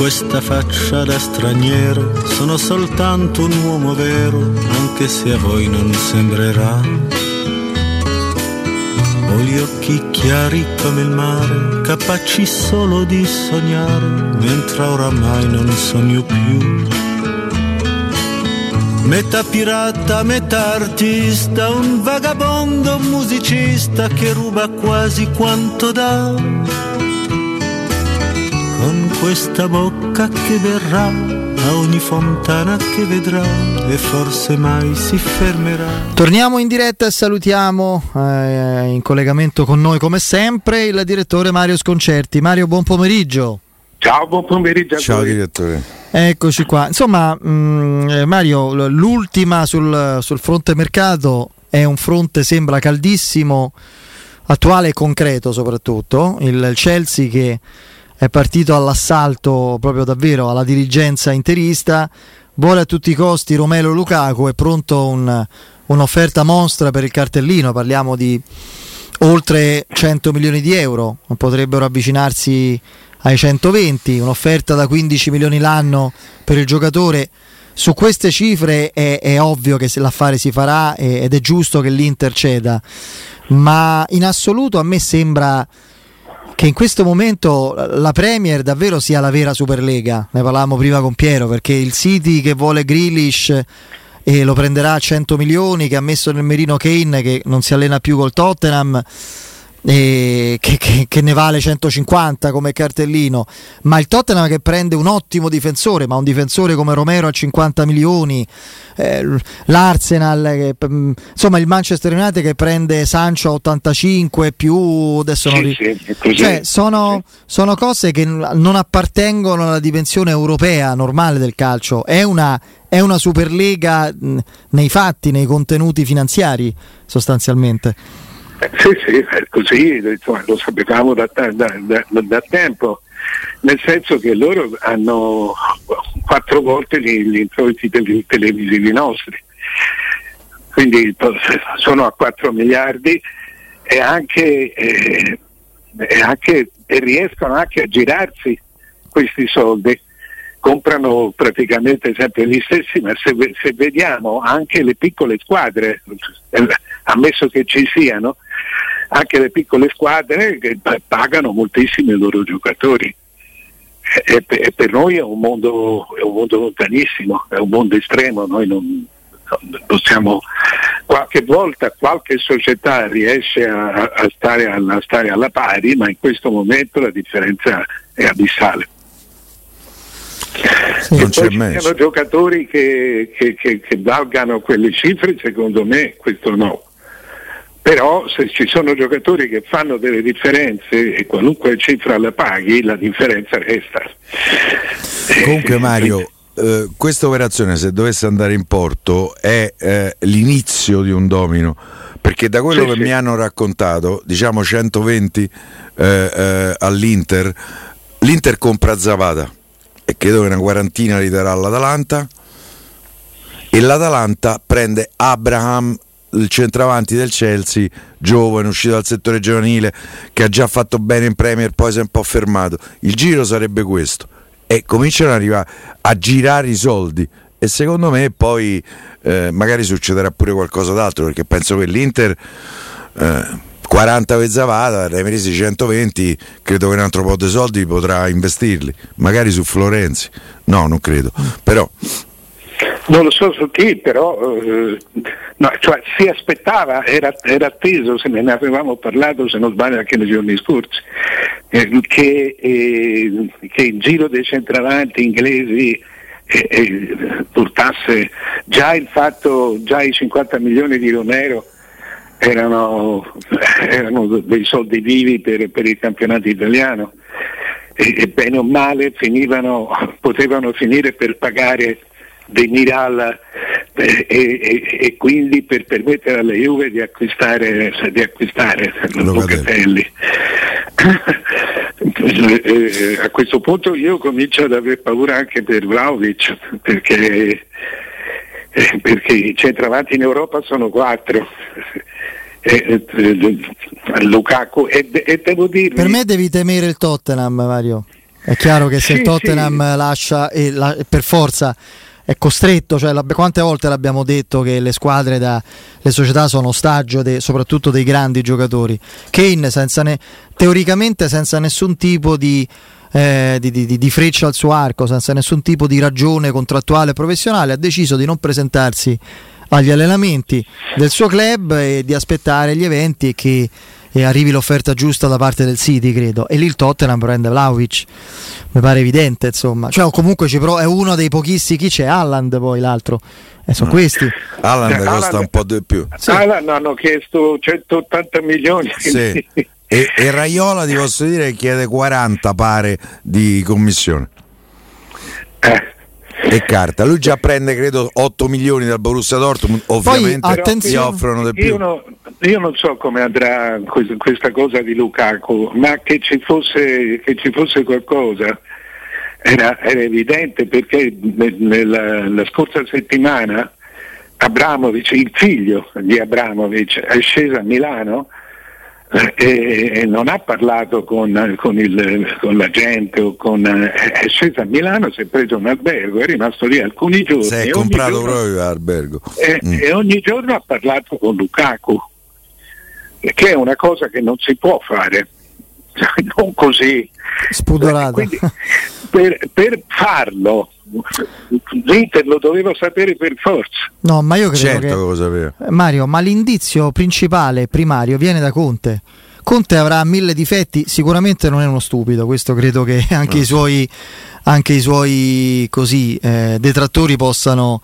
questa faccia da straniero sono soltanto un uomo vero, anche se a voi non sembrerà. Ho gli occhi chiari come il mare, capaci solo di sognare, mentre oramai non sogno più. Metà pirata, metà artista, un vagabondo musicista che ruba quasi quanto dà. Con questa bocca che verrà a ogni fontana che vedrà e forse mai si fermerà. Torniamo in diretta e salutiamo in collegamento con noi come sempre il direttore Mario Sconcerti. Mario, buon pomeriggio. Ciao, buon pomeriggio a Ciao voi. direttore. Eccoci qua. Insomma, Mario, l'ultima sul fronte mercato è un fronte, sembra caldissimo, attuale e concreto soprattutto. Il Chelsea che è partito all'assalto proprio davvero alla dirigenza interista, vuole a tutti i costi Romelu Lukaku, è pronto un'offerta monstra per il cartellino, parliamo di oltre 100 milioni di euro, potrebbero avvicinarsi ai 120, un'offerta da 15 milioni l'anno per il giocatore. Su queste cifre è ovvio che se l'affare si farà ed è giusto che l'Inter ceda, ma in assoluto a me sembra che in questo momento la Premier davvero sia la vera Superlega. Ne parlavamo prima con Piero, perché il City che vuole Grealish e lo prenderà a 100 milioni, che ha messo nel mirino Kane che non si allena più col Tottenham, che ne vale 150 come cartellino, ma il Tottenham che prende un ottimo difensore, ma un difensore come Romero a 50 milioni, l'Arsenal insomma il Manchester United che prende Sancho a 85 più adesso sono cose che non appartengono alla dimensione europea normale del calcio. È una Superlega nei fatti, nei contenuti finanziari sostanzialmente. Sì, è così, insomma, lo sapevamo da tempo, nel senso che loro hanno 4 volte gli introiti televisivi nostri, quindi sono a 4 miliardi e riescono anche a girarsi questi soldi. Comprano praticamente sempre gli stessi, ma se vediamo anche le piccole squadre, ammesso che ci siano, anche le piccole squadre che pagano moltissimo i loro giocatori. E per noi è un mondo lontanissimo, è un mondo estremo. Noi non possiamo, qualche volta qualche società riesce a stare alla pari, ma in questo momento la differenza è abissale. Sì, non c'è ci sono giocatori che valgano quelle cifre, secondo me questo no. Però se ci sono giocatori che fanno delle differenze e qualunque cifra la paghi, la differenza resta. Comunque Mario, questa operazione, se dovesse andare in porto, è l'inizio di un domino, perché da quello che mi hanno raccontato, diciamo 120 all'Inter, l'Inter compra Zapata e credo che una quarantina li darà all'Atalanta, e l'Atalanta prende Abraham, il centravanti del Chelsea, giovane, uscito dal settore giovanile, che ha già fatto bene in Premier, poi si è un po' fermato. Il giro sarebbe questo, e cominciano ad arrivare a girare i soldi, e secondo me poi magari succederà pure qualcosa d'altro, perché penso che l'Inter 40 per Zapata, dai presi 120, credo che un altro po' di soldi potrà investirli, magari su Florenzi, no, non credo, però non lo so su chi, però no, cioè, si aspettava, era atteso, se ne avevamo parlato, se non sbaglio anche nei giorni scorsi, che il giro dei centravanti inglesi portasse già i 50 milioni di Romero erano dei soldi vivi per il campionato italiano, e bene o male potevano finire per pagare dei Miral e quindi per permettere alla Juve di acquistare Locatelli. A questo punto io comincio ad aver paura anche per Vlahovic, perché i centravanti in Europa sono 4. Lukaku, e devo dirvi, per me devi temere il Tottenham, Mario. È chiaro che se il Tottenham lascia per forza è costretto, cioè quante volte l'abbiamo detto che le squadre, le società sono ostaggio soprattutto dei grandi giocatori. Kane teoricamente senza nessun tipo di freccia al suo arco, senza nessun tipo di ragione contrattuale e professionale, ha deciso di non presentarsi agli allenamenti del suo club e di aspettare gli eventi e che arrivi l'offerta giusta da parte del City, credo, e lì il Tottenham prende Vlahovic, mi pare evidente, insomma, cioè comunque è uno dei pochissimi. Chi c'è? Haaland, poi l'altro, e sono questi. Haaland costa un po' di più. Sì. Haaland hanno chiesto 180 milioni. Sì. E Raiola, ti posso dire, chiede 40 pare di commissione e carta. Lui già prende credo 8 milioni dal Borussia Dortmund, ovviamente gli offrono di più. Io non so come andrà questa cosa di Lukaku, ma che ci fosse qualcosa era evidente, perché la scorsa settimana Abramovic, il figlio di Abramovic, è sceso a Milano e non ha parlato con la gente è sceso a Milano, si è preso un albergo, è rimasto lì alcuni giorni, si è comprato proprio l'albergo e ogni giorno ha parlato con Lukaku, che è una cosa che non si può fare, non così spudorata. Quindi per farlo l'Inter lo doveva sapere per forza. No, ma io credo che lo sapeva. Mario, ma l'indizio principale, primario, viene da Conte. Conte avrà 1000 difetti, sicuramente non è uno stupido, questo credo che anche i suoi così detrattori possano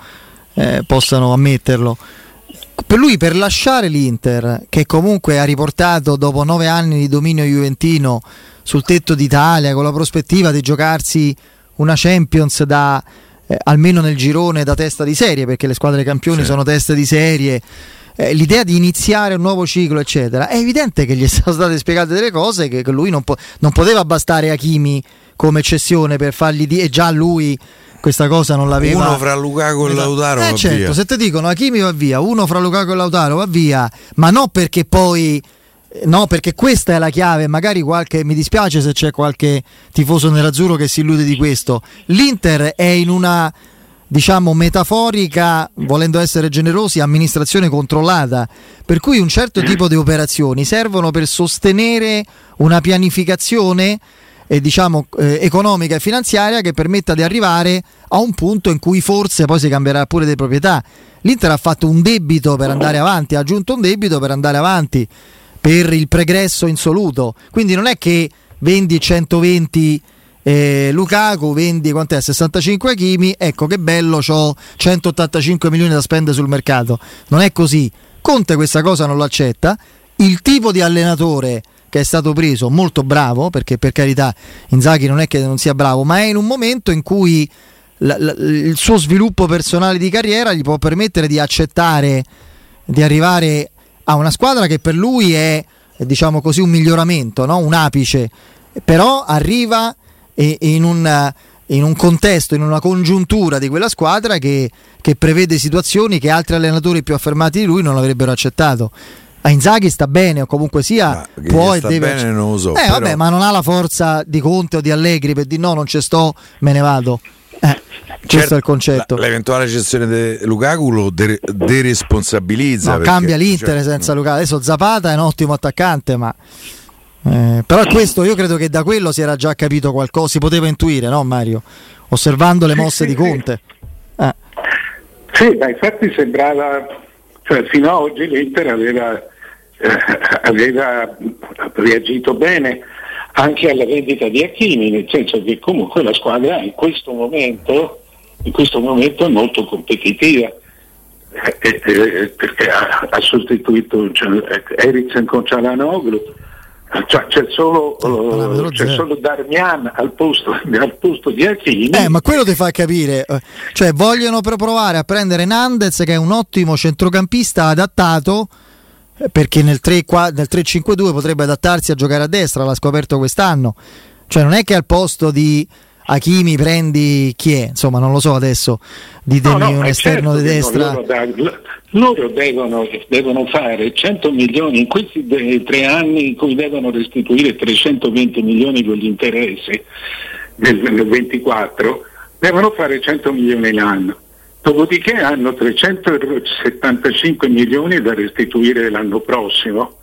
ammetterlo. Per lui, per lasciare l'Inter, che comunque ha riportato dopo 9 anni di dominio juventino sul tetto d'Italia, con la prospettiva di giocarsi una Champions almeno nel girone da testa di serie, perché le squadre campioni sono teste di serie, l'idea di iniziare un nuovo ciclo eccetera, è evidente che gli sono state spiegate delle cose che lui non poteva bastare Hakimi come cessione per fargli e già lui questa cosa non l'aveva. Uno fra Lukaku e Lautaro va certo, via. Se ti dicono Hakimi va via, uno fra Lukaku e Lautaro va via, ma no perché poi perché questa è la chiave. Magari mi dispiace se c'è qualche tifoso nerazzurro che si illude di questo. L'Inter è in una, diciamo, metaforica, volendo essere generosi, amministrazione controllata, per cui un certo tipo di operazioni servono per sostenere una pianificazione economica e finanziaria che permetta di arrivare a un punto in cui forse poi si cambierà pure di proprietà. L'Inter ha fatto un debito per andare avanti, ha aggiunto un debito per andare avanti, per il pregresso insoluto. Quindi non è che vendi 120 Lukaku, vendi 65 Hakimi, ecco che bello, c'ho 185 milioni da spendere sul mercato. Non è così. Conte questa cosa non lo accetta. Il tipo di allenatore che è stato preso, molto bravo, perché per carità Inzaghi non è che non sia bravo, ma è in un momento in cui il suo sviluppo personale di carriera gli può permettere di accettare di arrivare a una squadra che per lui è, diciamo così, un miglioramento, no? Un apice, però arriva in un contesto, in una congiuntura di quella squadra che prevede situazioni che altri allenatori più affermati di lui non avrebbero accettato. A Inzaghi sta bene, o comunque sia, può e deve. Bene, non lo so, vabbè, ma non ha la forza di Conte o di Allegri per dire no, non ci sto, me ne vado. Questo è il concetto. L'eventuale cessione di Lukaku lo deresponsabilizza. No, cambia l'Inter senza Lukaku. Adesso Zapata è un ottimo attaccante, ma però questo io credo che da quello si era già capito qualcosa, si poteva intuire, no Mario? Osservando le mosse di Conte. Sì, ma infatti sembrava, cioè fino ad oggi l'Inter aveva reagito bene anche alla vendita di Hakimi, nel senso che comunque la squadra in questo momento è molto competitiva, perché ha sostituito Eriksen con Çalhanoğlu, c'è solo Darmian al posto di Hakimi. Ma quello ti fa capire, cioè vogliono provare a prendere Nandez, che è un ottimo centrocampista adattato, perché nel 3-5-2 potrebbe adattarsi a giocare a destra, l'ha scoperto quest'anno. Cioè non è che al posto di Hakimi prendi chi è, insomma non lo so adesso, ditemi un esterno di destra. Loro devono fare 100 milioni in questi 3 anni in cui devono restituire 320 milioni con gli interessi. nel 24, devono fare 100 milioni l'anno, dopodiché hanno 375 milioni da restituire l'anno prossimo.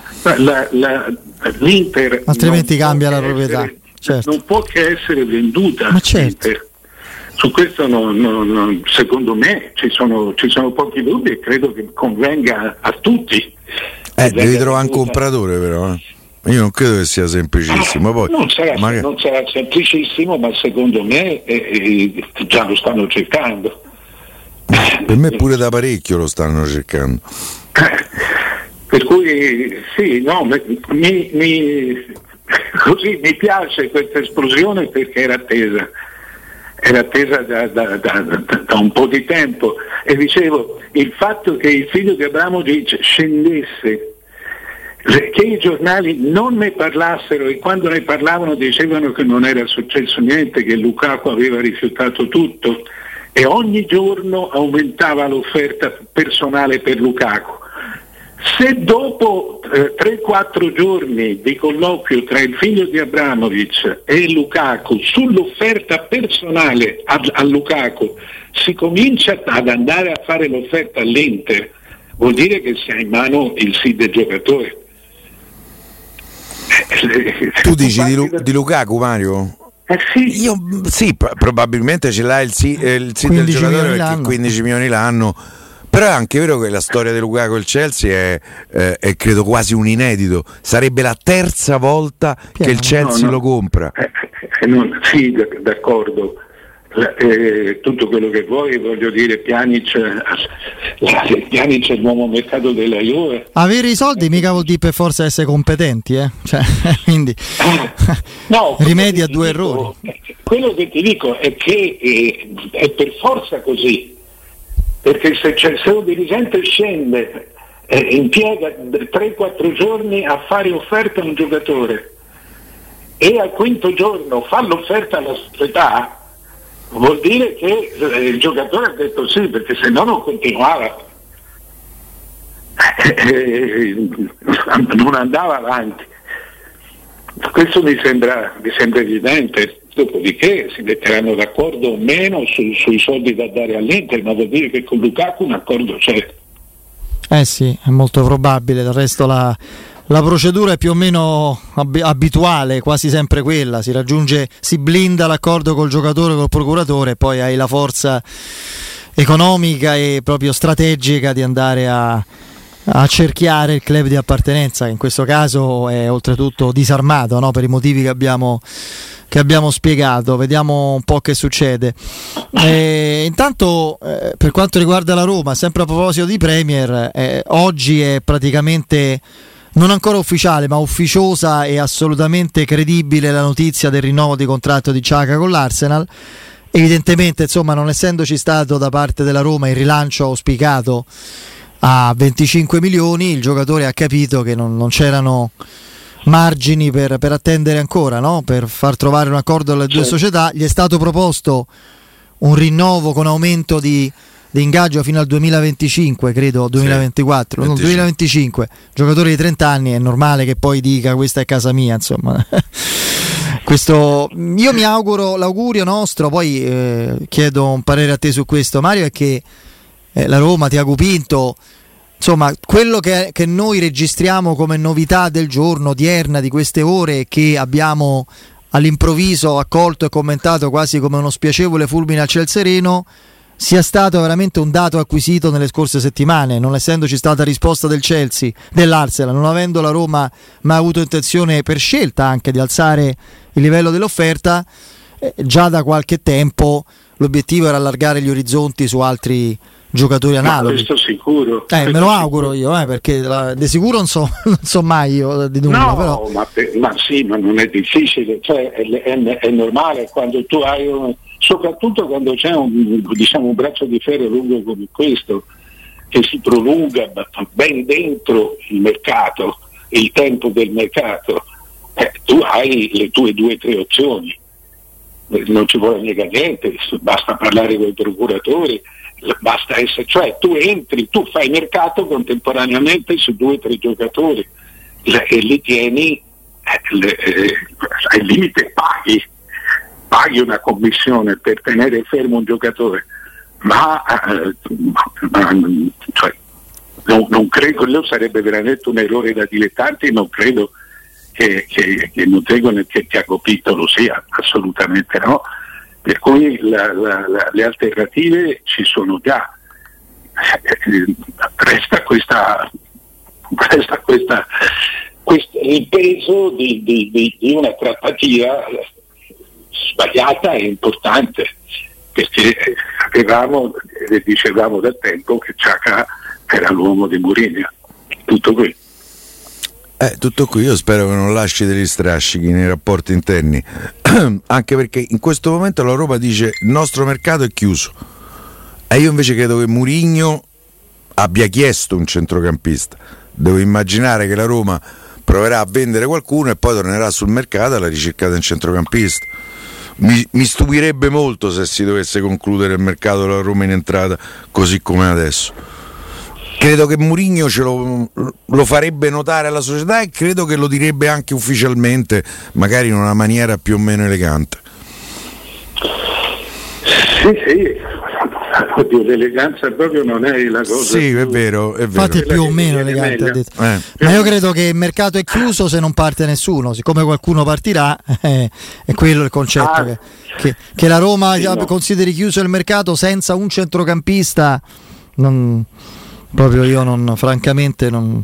L'Inter altrimenti cambia la proprietà, certo. Non può che essere venduta. Ma certo. Su questo secondo me ci sono pochi dubbi e credo che convenga a tutti. Devi trovare un compratore però. Io non credo che sia semplicissimo. Poi, non sarà semplicissimo, ma secondo me già lo stanno cercando. Per me pure da parecchio lo stanno cercando. Per cui sì, no, così mi piace questa esplosione perché era attesa da un po' di tempo, e dicevo, il fatto che il figlio di Abramovich scendesse, che i giornali non ne parlassero e quando ne parlavano dicevano che non era successo niente, che Lukaku aveva rifiutato tutto, e ogni giorno aumentava l'offerta personale per Lukaku. Se dopo 3-4 giorni di colloquio tra il figlio di Abramovich e Lukaku sull'offerta personale a Lukaku si comincia ad andare a fare l'offerta all'Inter, vuol dire che si ha in mano il sì del giocatore. Tu dici di Lukaku, Mario? Sì. Io sì, probabilmente ce l'ha il sì del giocatore, perché 15 milioni l'anno. Però è anche vero che la storia di Lukaku e il Chelsea è credo quasi un inedito. Sarebbe la terza volta che il Chelsea lo compra. Sì, d'accordo. Tutto quello che vuoi, voglio dire, Pjanic è il nuovo mercato della Juve. Avere i soldi mica vuol dire per forza essere competenti, cioè, quindi no, rimedi a due errori. Quello che ti dico è che è per forza così, perché se un dirigente scende impiega 3-4 giorni a fare offerta a un giocatore e al quinto giorno fa l'offerta alla società, vuol dire che il giocatore ha detto sì, perché se no non continuava, non andava avanti. Questo mi sembra evidente. Dopodiché si metteranno d'accordo o meno sui soldi da dare all'Inter, ma vuol dire che con Lukaku un accordo c'è. Sì, è molto probabile. Del resto la procedura è più o meno abituale, quasi sempre quella. Si raggiunge, si blinda l'accordo col giocatore, col procuratore, e poi hai la forza economica e proprio strategica di andare a cerchiare il club di appartenenza, che in questo caso è oltretutto disarmato, no? Per i motivi che abbiamo spiegato. Vediamo un po' che succede. Intanto per quanto riguarda la Roma, sempre a proposito di Premier, oggi è praticamente non ancora ufficiale ma ufficiosa e assolutamente credibile la notizia del rinnovo di contratto di Xhaka con l'Arsenal. Evidentemente, insomma, non essendoci stato da parte della Roma il rilancio auspicato a 25 milioni, il giocatore ha capito che non c'erano margini per attendere ancora, no? Per far trovare un accordo alle due società. Gli è stato proposto un rinnovo con aumento di ingaggio fino al 2025, credo 2024, no, 2025. Giocatore di 30 anni, è normale che poi dica questa è casa mia, insomma. Questo, io mi auguro, l'augurio nostro, poi chiedo un parere a te su questo, Mario, è che la Roma, Tiago Pinto, insomma, quello che noi registriamo come novità del giorno, odierna, di queste ore, che abbiamo all'improvviso accolto e commentato quasi come uno spiacevole fulmine al ciel sereno, sia stato veramente un dato acquisito nelle scorse settimane, non essendoci stata risposta del Chelsea, dell'Arsenal, non avendo la Roma mai avuto intenzione, per scelta anche, di alzare il livello dell'offerta. Già da qualche tempo l'obiettivo era allargare gli orizzonti su altri giocatori analoghi. Questo sicuro. Me lo auguro io, perché di sicuro non so mai io di nulla. No, però. Ma sì, ma non è difficile, cioè è normale quando tu hai soprattutto quando c'è un braccio di ferro lungo come questo, che si prolunga ben dentro il mercato, il tempo del mercato, tu hai le tue 2 o 3 opzioni, non ci vuole mica niente, basta parlare con i procuratori, basta essere, cioè tu entri, tu fai mercato contemporaneamente su 2 o 3 giocatori e li tieni al limite, paghi, paghi una commissione per tenere fermo un giocatore, cioè, non credo, quello sarebbe veramente un errore da dilettanti, non credo che Montego che Tiago Pinto lo sia, assolutamente no, per cui le alternative ci sono già. Resta il peso di una trattativa sbagliata e importante, perché dicevamo da tempo che Xhaka era l'uomo di Mourinho. Tutto qui. Tutto qui. Io spero che non lasci degli strascichi nei rapporti interni anche perché in questo momento la Roma dice il nostro mercato è chiuso, e io invece credo che Mourinho abbia chiesto un centrocampista. Devo immaginare che la Roma proverà a vendere qualcuno e poi tornerà sul mercato alla ricerca di un centrocampista. Mi stupirebbe molto se si dovesse concludere il mercato della Roma in entrata così come adesso. Credo che Mourinho lo farebbe notare alla società, e credo che lo direbbe anche ufficialmente, magari in una maniera più o meno elegante. Sì. Oddio, l'eleganza proprio non è la cosa. Sì, è vero. Infatti è più o meno elegante, ha detto. Ma io credo che il mercato è chiuso se non parte nessuno, siccome qualcuno partirà, è quello il concetto, che la Roma consideri chiuso il mercato senza un centrocampista. Proprio io francamente non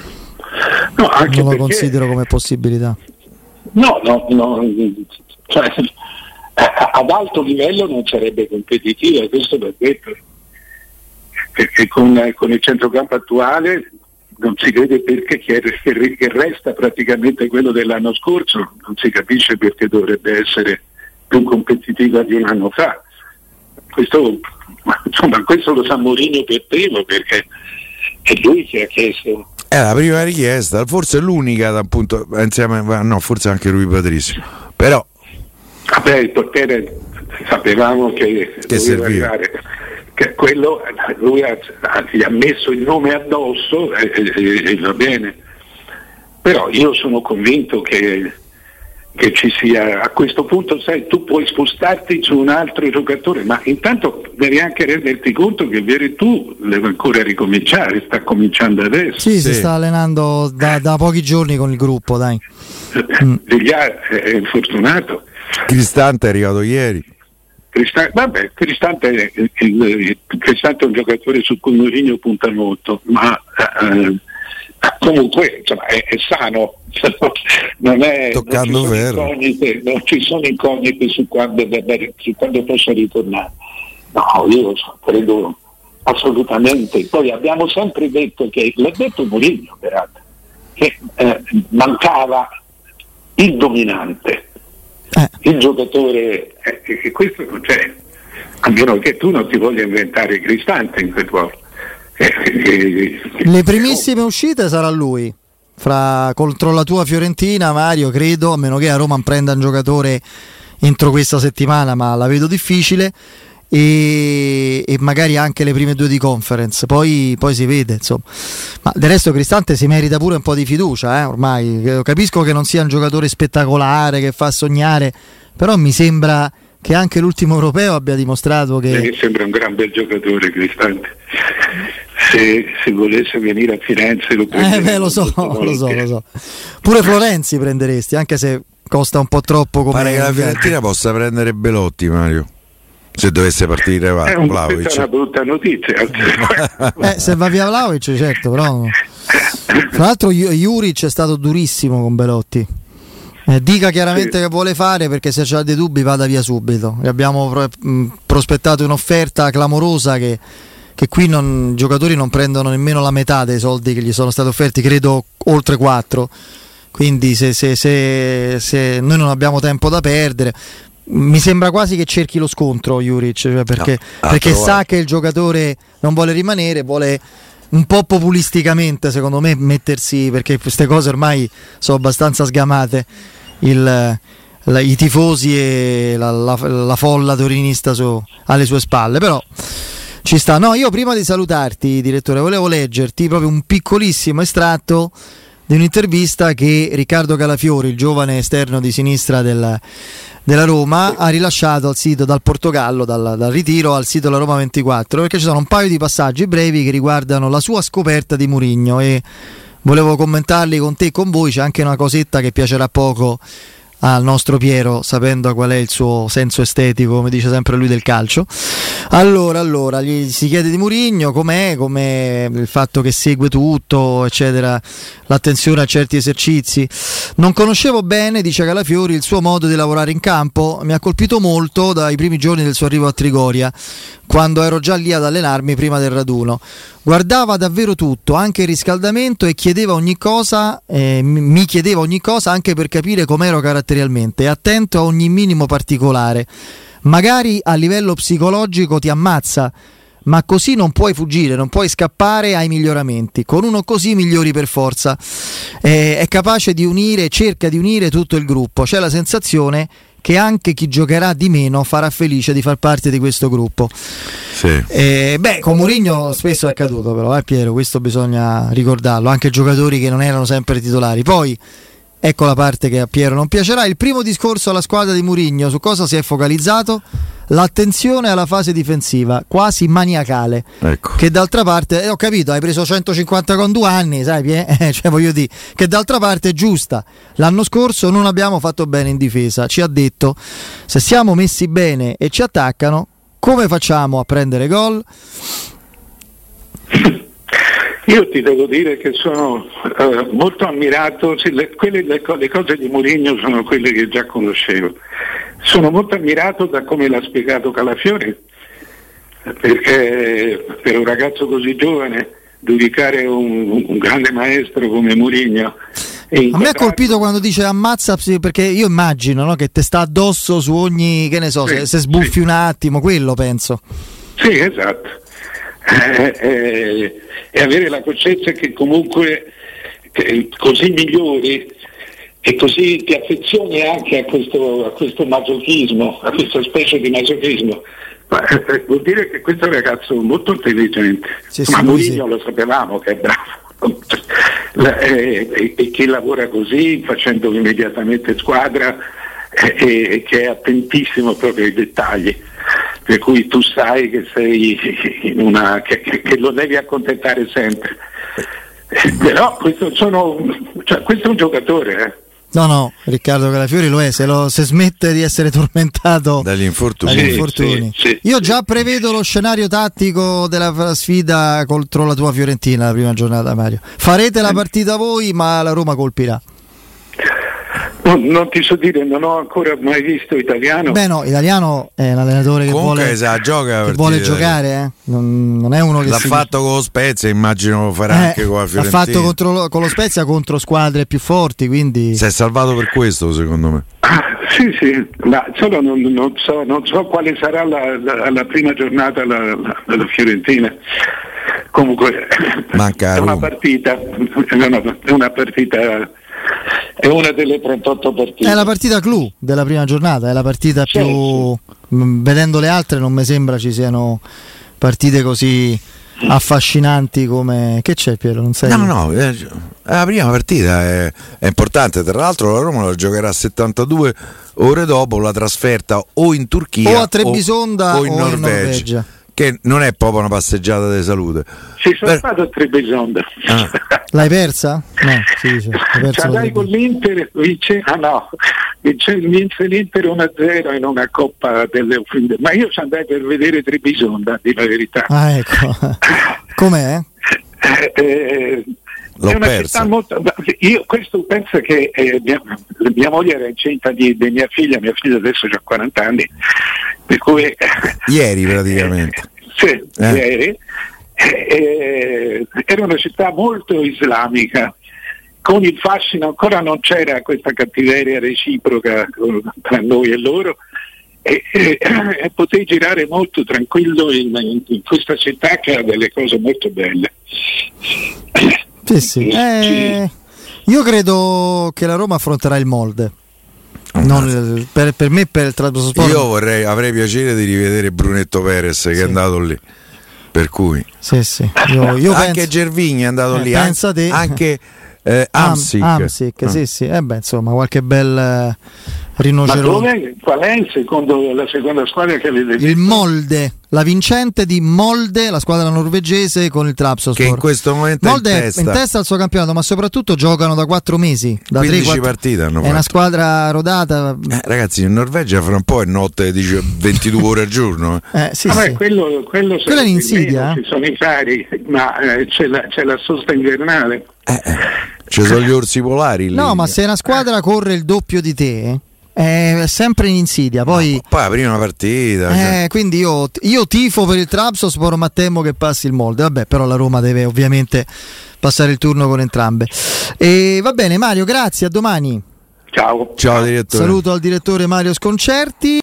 lo considero come possibilità. No, cioè, ad alto livello non sarebbe competitiva, questo va detto, perché con il centrocampo attuale non si vede perché che resta praticamente quello dell'anno scorso, non si capisce perché dovrebbe essere più competitiva di un anno fa. Questo lo sa Mourinho per primo, perché è lui che ha chiesto. È la prima richiesta, forse l'unica da punto insieme, no, forse anche Rui Patricio, però il portiere sapevamo che doveva arrivare, che quello lui gli ha messo il nome addosso e va bene, però io sono convinto che ci sia, a questo punto sai, tu puoi spostarti su un altro giocatore, ma intanto devi anche renderti conto che Veretù deve ancora ricominciare, sta cominciando adesso. Sì, si sta allenando da pochi giorni con il gruppo, dai. È infortunato. Cristante è arrivato ieri. Cristante è un giocatore su cui Mourinho punta molto, ma comunque insomma, è sano, non ci sono incognite su quando possa ritornare. No, io credo assolutamente. Poi abbiamo sempre detto che, l'ha detto Mourinho peraltro, che mancava il dominante, il giocatore, che questo non c'è, a meno che tu non ti voglia inventare Cristante in quel ruolo. Le primissime uscite sarà lui contro la tua Fiorentina, Mario, credo, a meno che a Roma prenda un giocatore entro questa settimana, ma la vedo difficile, e magari anche le prime 2 di Conference, poi si vede, insomma. Ma del resto Cristante si merita pure un po' di fiducia, ormai capisco che non sia un giocatore spettacolare che fa sognare, però mi sembra che anche l'ultimo europeo abbia dimostrato che mi sembra un gran bel giocatore Cristante. Se volesse venire a Firenze lo prenderesti. Lo so. Pure Florenzi prenderesti, anche se costa un po' troppo. Pare che la Fiorentina possa prendere Belotti, Mario, se dovesse partire Vlahovic. È una brutta notizia. Se va via Vlahovic, certo, però tra l'altro Juric è stato durissimo con Belotti. Dica chiaramente che vuole fare, perché se c'ha dei dubbi vada via subito. Gli abbiamo prospettato un'offerta clamorosa che qui i giocatori non prendono nemmeno la metà dei soldi che gli sono stati offerti, credo oltre 4. Quindi se noi non abbiamo tempo da perdere, mi sembra quasi che cerchi lo scontro Juric, cioè perché sa che il giocatore non vuole rimanere, vuole un po' populisticamente secondo me mettersi, perché queste cose ormai sono abbastanza sgamate, i tifosi e la folla torinista alle sue spalle, però ci sta. No, io prima di salutarti, direttore, volevo leggerti proprio un piccolissimo estratto un'intervista che Riccardo Calafiori, il giovane esterno di sinistra della Roma, ha rilasciato al sito, dal Portogallo, dal ritiro al sito La Roma 24, perché ci sono un paio di passaggi brevi che riguardano la sua scoperta di Mourinho e volevo commentarli con te e con voi. C'è anche una cosetta che piacerà poco al nostro Piero, sapendo qual è il suo senso estetico, come dice sempre lui, del calcio. Allora gli si chiede di Mourinho com'è il fatto che segue tutto, eccetera, l'attenzione a certi esercizi. Non conoscevo bene, dice Calafiori, il suo modo di lavorare in campo. Mi ha colpito molto dai primi giorni del suo arrivo a Trigoria, quando ero già lì ad allenarmi prima del raduno. Guardava davvero tutto, anche il riscaldamento, e chiedeva ogni cosa, mi chiedeva ogni cosa anche per capire com'ero caratterialmente, attento a ogni minimo particolare. Magari a livello psicologico ti ammazza, ma così non puoi fuggire, non puoi scappare ai miglioramenti. Con uno così migliori per forza. È capace di unire, cerca di unire tutto il gruppo. C'è la sensazione che anche chi giocherà di meno farà felice di far parte di questo gruppo. Sì. Con Mourinho spesso è accaduto, però Piero, questo bisogna ricordarlo, anche giocatori che non erano sempre titolari. Poi ecco la parte che a Piero non piacerà. Il primo discorso alla squadra di Mourinho, su cosa si è focalizzato? L'attenzione alla fase difensiva, quasi maniacale, ecco. Che d'altra parte, ho capito, hai preso 150 con 2 anni, sai, cioè voglio dire, che d'altra parte è giusta. L'anno scorso non abbiamo fatto bene in difesa, ci ha detto, se siamo messi bene e ci attaccano, come facciamo a prendere gol? Io ti devo dire che sono molto ammirato, le cose di Mourinho sono quelle che già conoscevo. Sono molto ammirato da come l'ha spiegato Calafiori, perché per un ragazzo così giovane giudicare un grande maestro come Mourinho. A me ha colpito quando dice ammazza, perché io immagino, no, che te sta addosso su ogni, che ne so, sì, se sbuffi un attimo, quello penso. Sì, esatto. E avere la coscienza che comunque così migliori e così ti affezioni anche a questo masochismo, a questa specie di masochismo, vuol dire che questo è un ragazzo molto intelligente. Sì, ma Mourinho sì. Lo sapevamo che è bravo e che lavora così, facendo immediatamente squadra, e che è attentissimo proprio ai dettagli, per cui tu sai che sei che lo devi accontentare sempre. Però questo è un giocatore. No, Riccardo Calafiori lo è, se smette di essere tormentato dagli infortuni. Sì. Io già prevedo lo scenario tattico della sfida contro la tua Fiorentina la prima giornata, Mario. Farete la partita voi, ma la Roma colpirà. Non ti so dire, non ho ancora mai visto Italiano. Beh no, Italiano è un allenatore che vuole giocare, non è uno che l'ha fatto con lo Spezia, immagino lo farà anche con la Fiorentina. L'ha fatto con lo Spezia contro squadre più forti, quindi si è salvato per questo, secondo me. Sì, ma solo non so quale sarà la prima giornata della Fiorentina. Comunque manca è una partita, è una delle 38 partite. È la partita clou della prima giornata, è la partita più. Vedendo le altre non mi sembra ci siano partite così affascinanti come. Che c'è, Piero? Non sai? No, la prima partita è importante. Tra l'altro la Roma la giocherà 72 ore dopo la trasferta o in Turchia o a Trebisonda o in Norvegia. Che non è proprio una passeggiata di salute. Ci sono stato a Trebisonda. L'hai persa? No, si dice. Andai con l'Inter, vince l'Inter 1-0 in una Coppa delle Offrinde. Ma io ci andai per vedere Trebisonda, di la verità. Ah, ecco. Com'è? L'ho persa. Io questo penso che mia moglie era incinta di mia figlia adesso ha 40 anni, per cui ieri praticamente. Sì, ieri era una città molto islamica, con il fascino, ancora non c'era questa cattiveria reciproca tra noi e loro, e potei girare molto tranquillo in questa città che ha delle cose molto belle. Sì. Io credo che la Roma affronterà il Molde. Per me, per il trasporto. Io avrei piacere di rivedere Brunetto Perez che è andato lì. Per cui sì. Io anche penso, Gervigni è andato lì. Pensa te. Anche Amsic, sì. Insomma, qualche bel rinoceronte. Ma dove? Qual è la seconda squadra che avete detto? Il Molde, la vincente di Molde, la squadra norvegese con il Trabzonspor. Che in questo momento Molde è in testa al suo campionato, ma soprattutto giocano da 4 mesi. Da 15 partite hanno fatto. È una squadra rodata. Ragazzi, in Norvegia fra un po' è notte, dice 22 ore al giorno. Sì. Quello è l'insidia. Ci sono i fari, ma c'è la sosta invernale. Ci sono gli orsi polari lì. No, ma se una squadra corre il doppio di te, è sempre in insidia. Poi la prima partita. Quindi io tifo per il Trabzonspor, ma temo che passi il Molde. Vabbè, però la Roma deve ovviamente passare il turno con entrambe. E va bene, Mario, grazie, a domani. Ciao direttore. Saluto al direttore Mario Sconcerti.